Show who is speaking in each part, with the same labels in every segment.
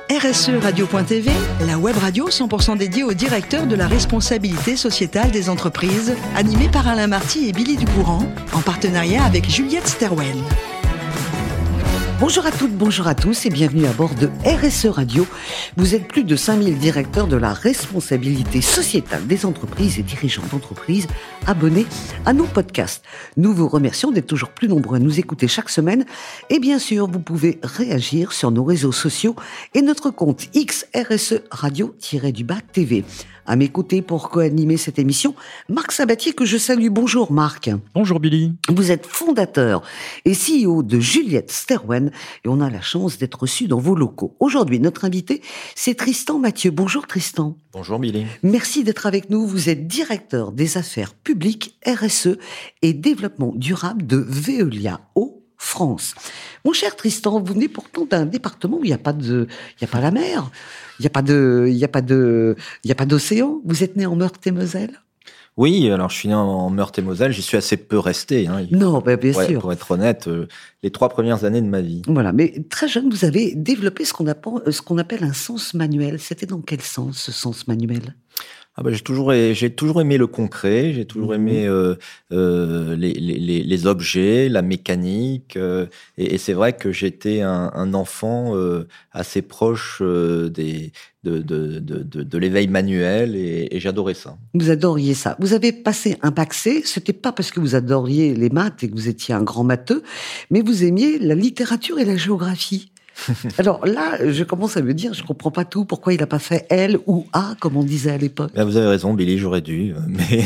Speaker 1: RSE Radio.tv, la web radio 100% dédiée aux directeurs de la responsabilité sociétale des entreprises, animée par Alain Marty et Billy Ducourant, en partenariat avec Juliette Sterwen.
Speaker 2: Bonjour à toutes, bonjour à tous et bienvenue à bord de RSE Radio. Vous êtes plus de 5000 directeurs de la responsabilité sociétale des entreprises et dirigeants d'entreprises abonnés à nos podcasts. Nous vous remercions d'être toujours plus nombreux à nous écouter chaque semaine. Et bien sûr, vous pouvez réagir sur nos réseaux sociaux et notre compte X RSE Radio-TV. À mes côtés pour co-animer cette émission, Marc Sabatier, que je salue. Bonjour Marc.
Speaker 3: Bonjour Billy.
Speaker 2: Vous êtes fondateur et CEO de Juliette Sterwen et on a la chance d'être reçu dans vos locaux. Aujourd'hui, notre invité, c'est Tristan Mathieu. Bonjour Tristan.
Speaker 3: Bonjour Billy.
Speaker 2: Merci d'être avec nous. Vous êtes directeur des affaires publiques, RSE et développement durable de Veolia France. Mon cher Tristan, vous venez pourtant d'un département où il n'y a pas la mer, il n'y a pas d'océan. Vous êtes né en Meurthe-et-Moselle?
Speaker 3: Oui, alors je suis né en Meurthe-et-Moselle, j'y suis assez peu resté.
Speaker 2: Non, bien sûr.
Speaker 3: Pour être honnête, les 3 premières années de ma vie.
Speaker 2: Voilà, mais très jeune, vous avez développé ce qu'on appelle un sens manuel. C'était dans quel sens, ce sens manuel ?
Speaker 3: J'ai toujours aimé le concret, j'ai toujours aimé les objets, la mécanique, et c'est vrai que j'étais un enfant assez proche de l'éveil manuel et j'adorais ça.
Speaker 2: Vous adoriez ça. Vous avez passé un bac C, c'était pas parce que vous adoriez les maths et que vous étiez un grand matheux, mais vous aimiez la littérature et la géographie. Alors là, je commence à me dire, je comprends pas tout. Pourquoi il n'a pas fait L ou A, comme on disait à l'époque?
Speaker 3: Vous avez raison, Billy, j'aurais dû.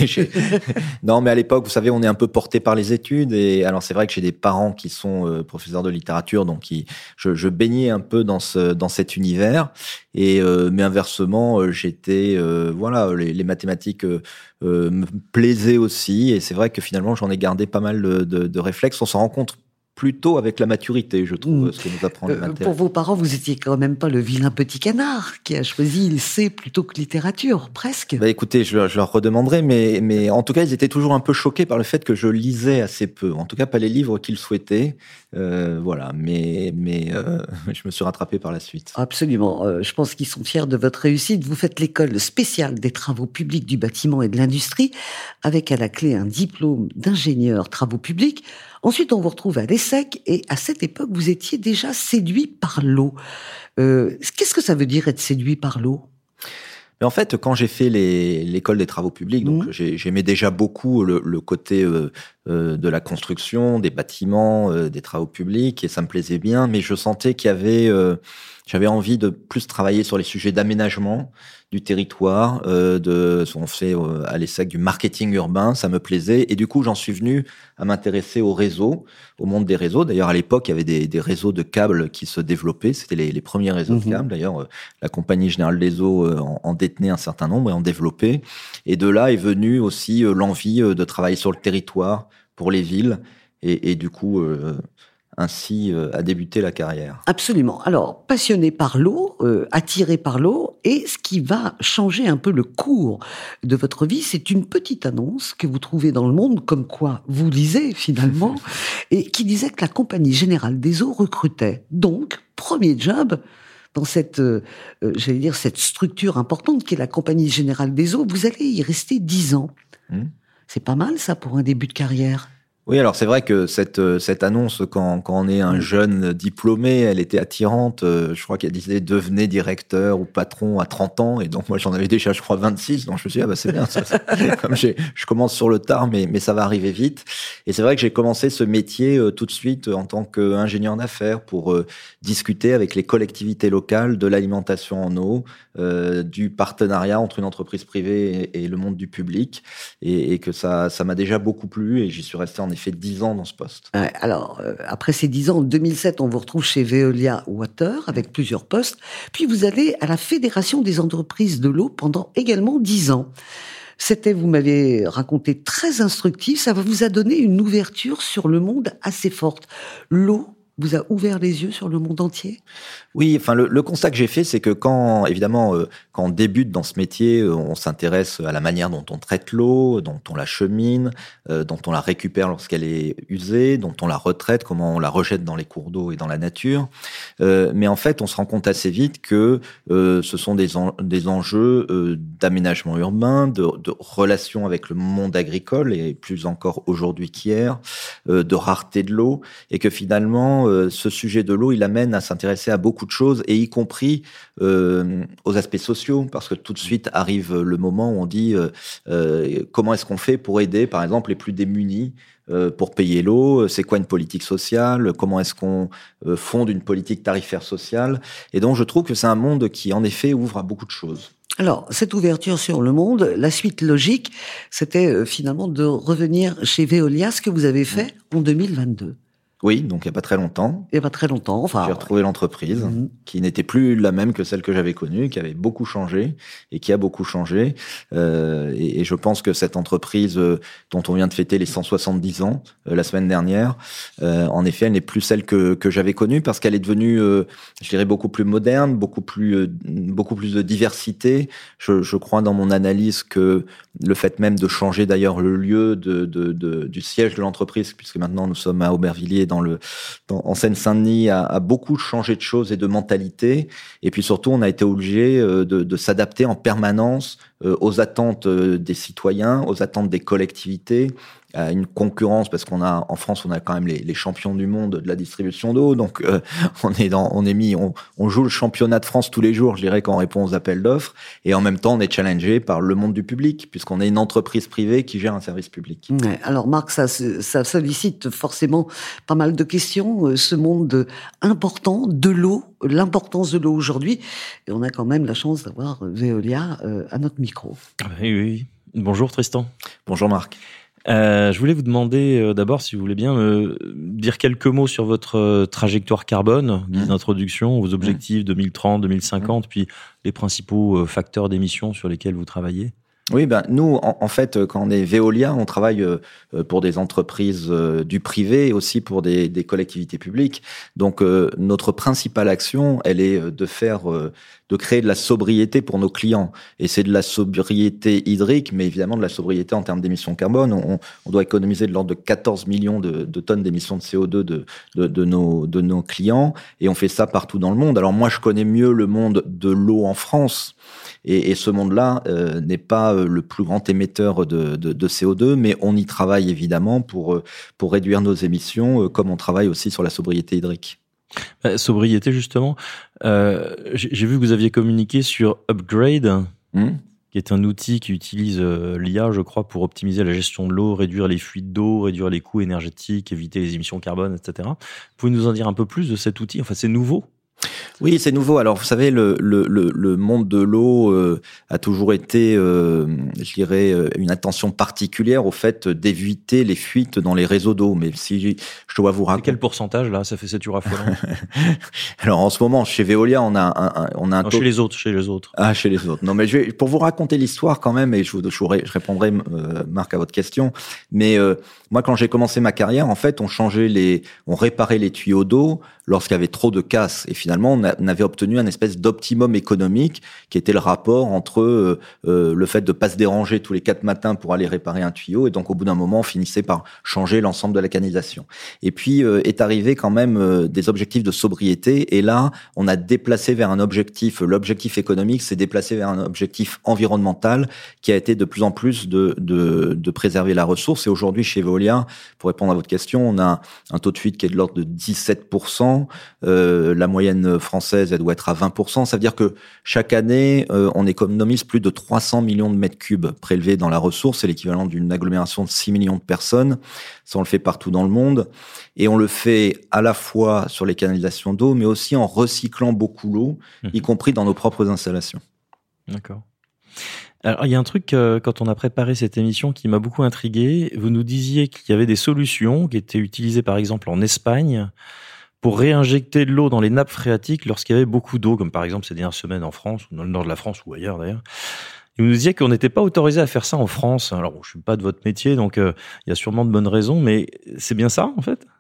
Speaker 3: Non, mais à l'époque, vous savez, on est un peu porté par les études. Et alors, c'est vrai que j'ai des parents qui sont professeurs de littérature, donc je baignais un peu dans cet univers. Et mais inversement, j'étais les mathématiques me plaisaient aussi. Et c'est vrai que finalement, j'en ai gardé pas mal de réflexes. On s'en rend compte plutôt avec la maturité, je trouve, ce que nous apprend les maths.
Speaker 2: Pour vos parents, vous étiez quand même pas le vilain petit canard qui a choisi le C plutôt que littérature, presque.
Speaker 3: Écoutez, je leur redemanderai, mais en tout cas, ils étaient toujours un peu choqués par le fait que je lisais assez peu. En tout cas, pas les livres qu'ils souhaitaient. Mais je me suis rattrapé par la suite.
Speaker 2: Absolument. Je pense qu'ils sont fiers de votre réussite. Vous faites l'école spéciale des travaux publics du bâtiment et de l'industrie, avec à la clé un diplôme d'ingénieur travaux publics. Ensuite, on vous retrouve à l'ESSEC et à cette époque, vous étiez déjà séduit par l'eau. Qu'est-ce que ça veut dire être séduit par l'eau ?
Speaker 3: Mais en fait, quand j'ai fait l'école des travaux publics, donc j'aimais déjà beaucoup le côté de la construction, des bâtiments, des travaux publics, et ça me plaisait bien. Mais je sentais qu'il y avait, j'avais envie de plus travailler sur les sujets d'aménagement du territoire, on fait à l'ESSEC du marketing urbain, ça me plaisait, et du coup j'en suis venu à m'intéresser au réseau, au monde des réseaux. D'ailleurs à l'époque il y avait des réseaux de câbles qui se développaient, c'était les premiers réseaux de câbles. D'ailleurs la Compagnie Générale des Eaux en détenait un certain nombre et en développait, et de là est venue aussi l'envie de travailler sur le territoire pour les villes, et du coup ainsi a débuté la carrière.
Speaker 2: Absolument. Alors, passionné par l'eau, attiré par l'eau, et ce qui va changer un peu le cours de votre vie, c'est une petite annonce que vous trouvez dans Le Monde, comme quoi vous lisez finalement, et qui disait que la Compagnie Générale des Eaux recrutait. Donc, premier job dans cette structure importante qui est la Compagnie Générale des Eaux, vous allez y rester 10 ans. C'est pas mal ça pour un début de carrière.
Speaker 3: Oui, alors c'est vrai que cette annonce, quand on est un jeune diplômé, elle était attirante. Je crois qu'elle disait « devenez directeur ou patron à 30 ans ». Et donc moi, j'en avais déjà, je crois, 26. Donc je me suis dit « c'est bien, ça. » Comme je commence sur le tard, mais ça va arriver vite. Et c'est vrai que j'ai commencé ce métier tout de suite en tant qu'ingénieur d'affaires pour discuter avec les collectivités locales de l'alimentation en eau, du partenariat entre une entreprise privée et le monde du public. Et que ça m'a déjà beaucoup plu et j'y suis resté en fait 10 ans dans ce poste.
Speaker 2: Alors, après ces 10 ans, en 2007, on vous retrouve chez Veolia Water avec plusieurs postes. Puis vous allez à la Fédération des entreprises de l'eau pendant également 10 ans. C'était, vous m'avez raconté, très instructif. Ça vous a donné une ouverture sur le monde assez forte. L'eau vous a ouvert les yeux sur le monde entier ?
Speaker 3: Oui, enfin le constat que j'ai fait, c'est que quand quand on débute dans ce métier, on s'intéresse à la manière dont on traite l'eau, dont on la chemine, dont on la récupère lorsqu'elle est usée, dont on la retraite, comment on la rejette dans les cours d'eau et dans la nature. Mais en fait, on se rend compte assez vite que ce sont des enjeux d'aménagement urbain, de relation avec le monde agricole, et plus encore aujourd'hui qu'hier, de rareté de l'eau, et que finalement, ce sujet de l'eau, il amène à s'intéresser à beaucoup de choses, et y compris aux aspects sociaux, parce que tout de suite arrive le moment où on dit comment est-ce qu'on fait pour aider, par exemple, les plus démunis pour payer l'eau, c'est quoi une politique sociale, comment est-ce qu'on fonde une politique tarifaire sociale. Et donc je trouve que c'est un monde qui en effet ouvre à beaucoup de choses.
Speaker 2: Alors, cette ouverture sur le monde, la suite logique, c'était finalement de revenir chez Veolia, ce que vous avez fait en 2022.
Speaker 3: Oui, donc il n'y a pas très longtemps.
Speaker 2: Il n'y a pas très longtemps, enfin.
Speaker 3: J'ai retrouvé l'entreprise qui n'était plus la même que celle que j'avais connue, qui avait beaucoup changé et qui a beaucoup changé. Et je pense que cette entreprise dont on vient de fêter les 170 ans la semaine dernière, en effet, elle n'est plus celle que j'avais connue parce qu'elle est devenue, je dirais, beaucoup plus moderne, beaucoup plus de diversité. Je crois dans mon analyse que le fait même de changer d'ailleurs le lieu du siège de l'entreprise, puisque maintenant nous sommes à Aubervilliers, en Seine-Saint-Denis, a beaucoup changé de choses et de mentalité. Et puis surtout, on a été obligé de s'adapter en permanence aux attentes des citoyens, aux attentes des collectivités, à une concurrence, parce en France, on a quand même les champions du monde de la distribution d'eau. Donc, on joue le championnat de France tous les jours, je dirais, quand on répond aux appels d'offres. Et en même temps, on est challengé par le monde du public, puisqu'on est une entreprise privée qui gère un service public.
Speaker 2: Ouais, alors, Marc, ça sollicite forcément pas mal de questions. Ce monde important de l'eau, l'importance de l'eau aujourd'hui. Et on a quand même la chance d'avoir Veolia à notre micro.
Speaker 4: Oui. Bonjour Tristan.
Speaker 3: Bonjour Marc.
Speaker 4: Je voulais vous demander d'abord, si vous voulez bien, dire quelques mots sur votre trajectoire carbone, d'introduction, vos objectifs 2030, 2050, puis les principaux facteurs d'émissions sur lesquels vous travaillez.
Speaker 3: Oui, nous, en fait, quand on est Veolia, on travaille pour des entreprises du privé et aussi pour des collectivités publiques. Donc, notre principale action, elle est de créer de la sobriété pour nos clients. Et c'est de la sobriété hydrique, mais évidemment de la sobriété en termes d'émissions carbone. On doit économiser de l'ordre de 14 millions de tonnes d'émissions de CO2 de nos clients. Et on fait ça partout dans le monde. Alors moi, je connais mieux le monde de l'eau en France. Et ce monde-là n'est pas le plus grand émetteur de CO2, mais on y travaille évidemment pour réduire nos émissions, comme on travaille aussi sur la sobriété hydrique.
Speaker 4: Sobriété, justement. J'ai vu que vous aviez communiqué sur Upgrade, qui est un outil qui utilise l'IA, je crois, pour optimiser la gestion de l'eau, réduire les fuites d'eau, réduire les coûts énergétiques, éviter les émissions carbone, etc. Vous pouvez nous en dire un peu plus de cet outil ? Enfin, c'est nouveau ?
Speaker 3: Oui, c'est nouveau. Alors, vous savez, le monde de l'eau a toujours été, je dirais, une attention particulière au fait d'éviter les fuites dans les réseaux d'eau. Mais si je dois vous raconter...
Speaker 4: Quel pourcentage, là? Ça fait 7 jours affolant.
Speaker 3: Alors, en ce moment, chez Veolia, on a un
Speaker 4: taux... Chez les autres.
Speaker 3: Ah, chez les autres. Non, mais pour vous raconter l'histoire quand même, et je répondrai, Marc, à votre question. Mais moi, quand j'ai commencé ma carrière, en fait, on réparait les tuyaux d'eau lorsqu'il y avait trop de casse. Et finalement, on avait obtenu un espèce d'optimum économique qui était le rapport entre le fait de pas se déranger tous les 4 matins pour aller réparer un tuyau. Et donc, au bout d'un moment, on finissait par changer l'ensemble de la canalisation. Et puis, est arrivé quand même des objectifs de sobriété. Et là, on a déplacé vers un objectif, l'objectif économique s'est déplacé vers un objectif environnemental qui a été de plus en plus de préserver la ressource. Et aujourd'hui, chez Veolia, pour répondre à votre question, on a un taux de fuite qui est de l'ordre de 17%. La moyenne française, elle doit être à 20%. Ça veut dire que chaque année, on économise plus de 300 millions de mètres cubes prélevés dans la ressource. C'est l'équivalent d'une agglomération de 6 millions de personnes. Ça, on le fait partout dans le monde. Et on le fait à la fois sur les canalisations d'eau, mais aussi en recyclant beaucoup l'eau, y compris dans nos propres installations.
Speaker 4: D'accord. Alors, il y a un truc, quand on a préparé cette émission, qui m'a beaucoup intrigué. Vous nous disiez qu'il y avait des solutions qui étaient utilisées, par exemple, en Espagne, pour réinjecter de l'eau dans les nappes phréatiques lorsqu'il y avait beaucoup d'eau, comme par exemple ces dernières semaines en France, ou dans le nord de la France, ou ailleurs d'ailleurs. Et vous nous disiez qu'on n'était pas autorisé à faire ça en France. Alors, je ne suis pas de votre métier, donc il y a sûrement de bonnes raisons, mais c'est bien ça, en fait ?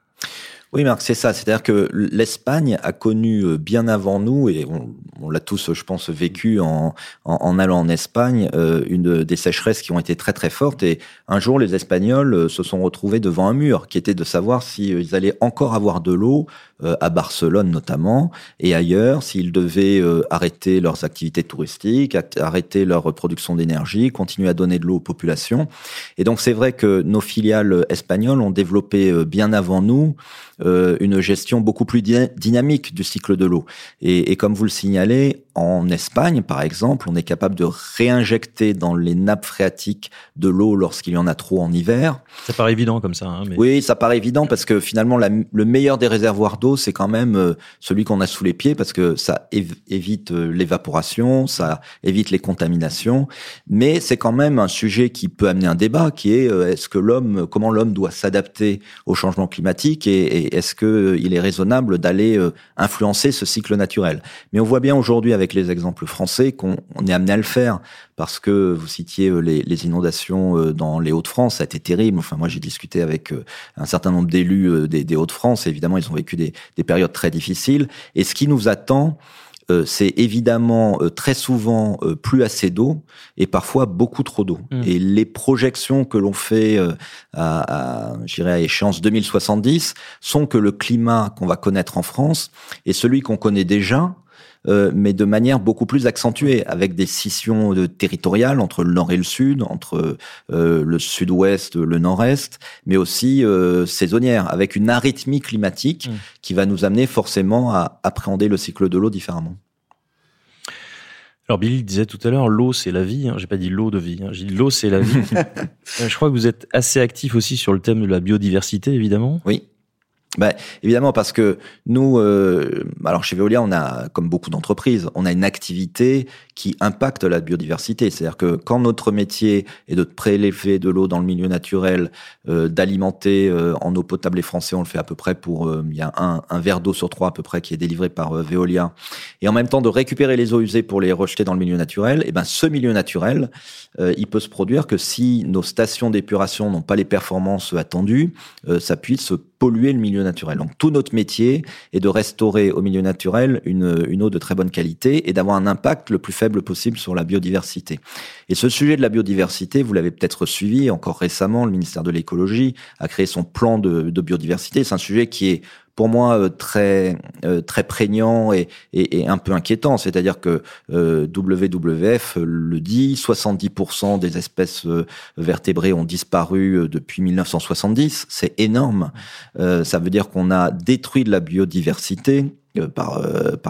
Speaker 3: Oui, Marc, c'est ça. C'est-à-dire que l'Espagne a connu bien avant nous, et on l'a tous, je pense, vécu en allant en Espagne, des sécheresses qui ont été très très fortes. Et un jour, les Espagnols se sont retrouvés devant un mur, qui était de savoir s'ils allaient encore avoir de l'eau, à Barcelone notamment, et ailleurs, s'ils devaient arrêter leurs activités touristiques, arrêter leur production d'énergie, continuer à donner de l'eau aux populations. Et donc, c'est vrai que nos filiales espagnoles ont développé bien avant nous une gestion beaucoup plus dynamique du cycle de l'eau. Et comme vous le signalez, en Espagne, par exemple, on est capable de réinjecter dans les nappes phréatiques de l'eau lorsqu'il y en a trop en hiver.
Speaker 4: Ça paraît évident comme ça. Mais...
Speaker 3: Oui, ça paraît évident parce que finalement, le meilleur des réservoirs d'eau, c'est quand même celui qu'on a sous les pieds parce que ça évite l'évaporation, ça évite les contaminations. Mais c'est quand même un sujet qui peut amener un débat qui est comment l'homme doit s'adapter au changement climatique et est-ce qu'il est raisonnable d'aller influencer ce cycle naturel. Mais on voit bien aujourd'hui avec les exemples français qu'on est amené à le faire parce que vous citiez les inondations dans les Hauts-de-France, ça a été terrible. Enfin, moi, j'ai discuté avec un certain nombre d'élus des Hauts-de-France. Évidemment, ils ont vécu des périodes très difficiles. Et ce qui nous attend, c'est évidemment très souvent plus assez d'eau et parfois beaucoup trop d'eau. Et les projections que l'on fait à échéance 2070 sont que le climat qu'on va connaître en France est celui qu'on connaît déjà, mais de manière beaucoup plus accentuée, avec des scissions territoriales entre le nord et le sud, entre le sud-ouest, le nord-est, mais aussi saisonnière, avec une arythmie climatique qui va nous amener forcément à appréhender le cycle de l'eau différemment.
Speaker 4: Alors Billy disait tout à l'heure, l'eau c'est la vie, j'ai pas dit l'eau de vie, j'ai dit l'eau c'est la vie. Je crois que vous êtes assez actif aussi sur le thème de la biodiversité, évidemment.
Speaker 3: Oui. Évidemment, parce que nous, alors chez Veolia, on a, comme beaucoup d'entreprises, on a une activité qui impacte la biodiversité. C'est-à-dire que quand notre métier est de prélever de l'eau dans le milieu naturel, d'alimenter en eau potable les Français, on le fait à peu près il y a un verre d'eau sur 3 à peu près qui est délivré par Veolia, et en même temps de récupérer les eaux usées pour les rejeter dans le milieu naturel, et ce milieu naturel, il peut se produire que si nos stations d'épuration n'ont pas les performances attendues, ça puisse polluer le milieu naturel. Donc tout notre métier est de restaurer au milieu naturel une eau de très bonne qualité et d'avoir un impact le plus faible possible sur la biodiversité. Et ce sujet de la biodiversité, vous l'avez peut-être suivi encore récemment, le ministère de l'écologie a créé son plan de biodiversité. C'est un sujet qui est pour moi très prégnant et un peu inquiétant. C'est-à-dire que WWF le dit, 70% des espèces vertébrées ont disparu depuis 1970. C'est énorme. Ça veut dire qu'on a détruit de la biodiversité par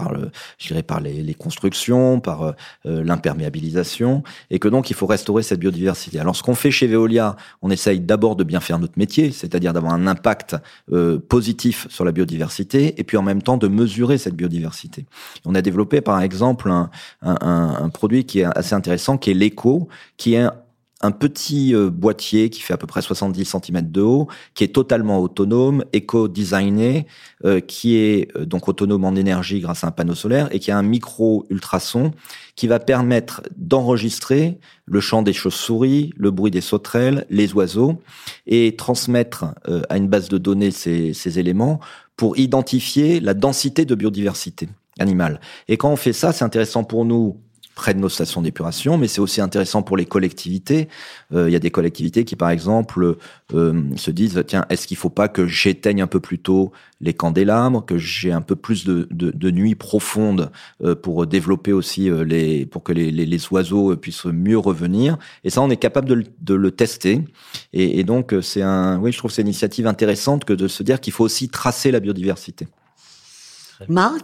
Speaker 3: les constructions, par l'imperméabilisation, et que donc il faut restaurer cette biodiversité. Alors ce qu'on fait chez Veolia, on essaye d'abord de bien faire notre métier, c'est-à-dire d'avoir un impact positif sur la biodiversité, et puis en même temps de mesurer cette biodiversité. On a développé par exemple un produit qui est assez intéressant, qui est l'Eco, qui est un petit boîtier qui fait à peu près 70 cm de haut, qui est totalement autonome, éco-designé, qui est donc autonome en énergie grâce à un panneau solaire et qui a un micro-ultrason qui va permettre d'enregistrer le chant des chauves-souris, le bruit des sauterelles, les oiseaux et transmettre à une base de données ces éléments pour identifier la densité de biodiversité animale. Et quand on fait ça, c'est intéressant pour nous près de nos stations d'épuration, mais c'est aussi intéressant pour les collectivités. Il y a des collectivités qui, par exemple, se disent, tiens, est-ce qu'il ne faut pas que j'éteigne un peu plus tôt les candélabres, que j'ai un peu plus de nuits profondes pour développer aussi pour que les oiseaux puissent mieux revenir. Et ça, on est capable de le tester. Et donc, je trouve que c'est une initiative intéressante que de se dire qu'il faut aussi tracer la biodiversité.
Speaker 2: Marc ?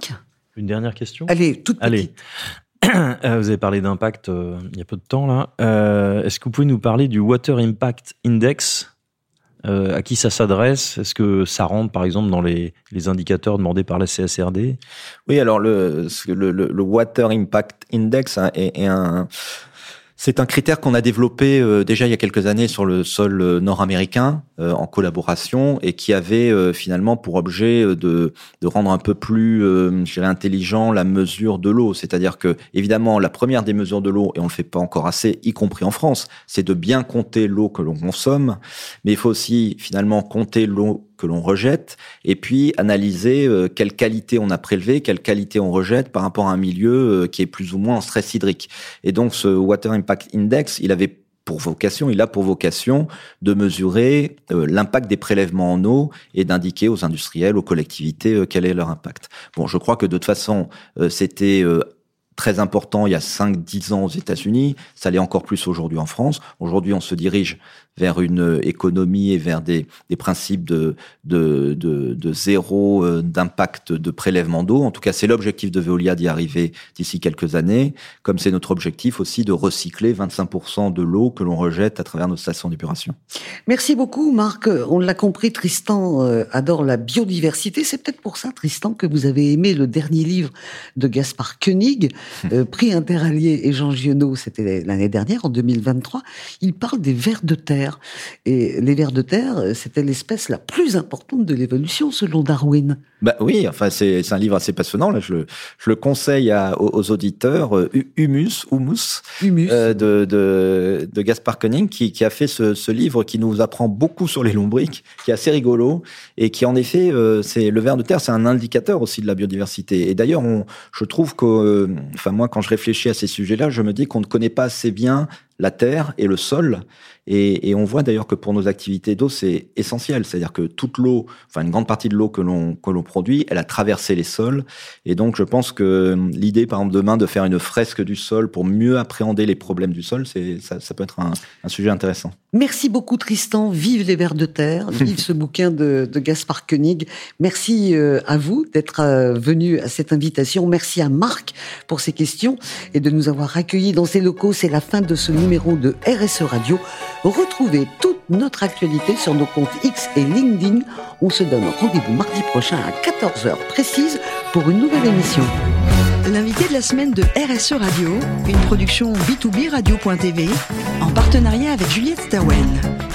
Speaker 4: Une dernière question ?
Speaker 2: Allez, toute petite.
Speaker 4: Vous avez parlé d'impact il y a peu de temps là. Est-ce que vous pouvez nous parler du Water Impact Index ? À qui ça s'adresse ? Est-ce que ça rentre par exemple dans les indicateurs demandés par la CSRD ?
Speaker 3: Oui, alors le Water Impact Index c'est un critère qu'on a développé déjà il y a quelques années sur le sol nord-américain en collaboration et qui avait finalement pour objet de rendre un peu plus intelligent la mesure de l'eau. C'est-à-dire que évidemment la première des mesures de l'eau, et on le fait pas encore assez, y compris en France, c'est de bien compter l'eau que l'on consomme, mais il faut aussi finalement compter l'eau que que l'on rejette, et puis analyser quelle qualité on a prélevé, quelle qualité on rejette par rapport à un milieu qui est plus ou moins en stress hydrique. Et donc ce Water Impact Index, il a pour vocation de mesurer l'impact des prélèvements en eau et d'indiquer aux industriels, aux collectivités, quel est leur impact. Bon, je crois que de toute façon, c'était très important il y a 5-10 ans aux États-Unis, ça l'est encore plus aujourd'hui en France. Aujourd'hui, on se dirige vers une économie et vers des principes de zéro d'impact de prélèvement d'eau. En tout cas, c'est l'objectif de Veolia d'y arriver d'ici quelques années, comme c'est notre objectif aussi de recycler 25% de l'eau que l'on rejette à travers nos stations d'épuration.
Speaker 2: Merci beaucoup, Marc. On l'a compris, Tristan adore la biodiversité. C'est peut-être pour ça, Tristan, que vous avez aimé le dernier livre de Gaspard Koenig, prix Interallié et Jean Giono, c'était l'année dernière, en 2023. Il parle des vers de terre. Et les vers de terre, c'était l'espèce la plus importante de l'évolution, selon Darwin.
Speaker 3: Bah oui, enfin c'est un livre assez passionnant. Là, je le conseille aux auditeurs. Humus de Gaspard Koenig, qui a fait ce livre qui nous apprend beaucoup sur les lombrics, qui est assez rigolo et qui en effet, c'est le ver de terre, c'est un indicateur aussi de la biodiversité. Et d'ailleurs, je trouve que, moi, quand je réfléchis à ces sujets-là, je me dis qu'on ne connaît pas assez bien la terre et le sol. Et on voit d'ailleurs que pour nos activités d'eau, c'est essentiel. C'est-à-dire que toute l'eau, une grande partie de l'eau que l'on produit, elle a traversé les sols. Et donc, je pense que l'idée, par exemple, demain, de faire une fresque du sol pour mieux appréhender les problèmes du sol, ça peut être un sujet intéressant.
Speaker 2: Merci beaucoup, Tristan. Vive les vers de terre. Vive ce bouquin de Gaspard Koenig. Merci à vous d'être venu à cette invitation. Merci à Marc pour ses questions et de nous avoir accueillis dans ses locaux. C'est la fin de ce numéro de RSE Radio. Retrouvez toute notre actualité sur nos comptes X et LinkedIn. On se donne rendez-vous mardi prochain à 14h précise pour une nouvelle émission.
Speaker 1: L'invité de la semaine de RSE Radio, une production B2B Radio.tv en partenariat avec Juliette Stawell.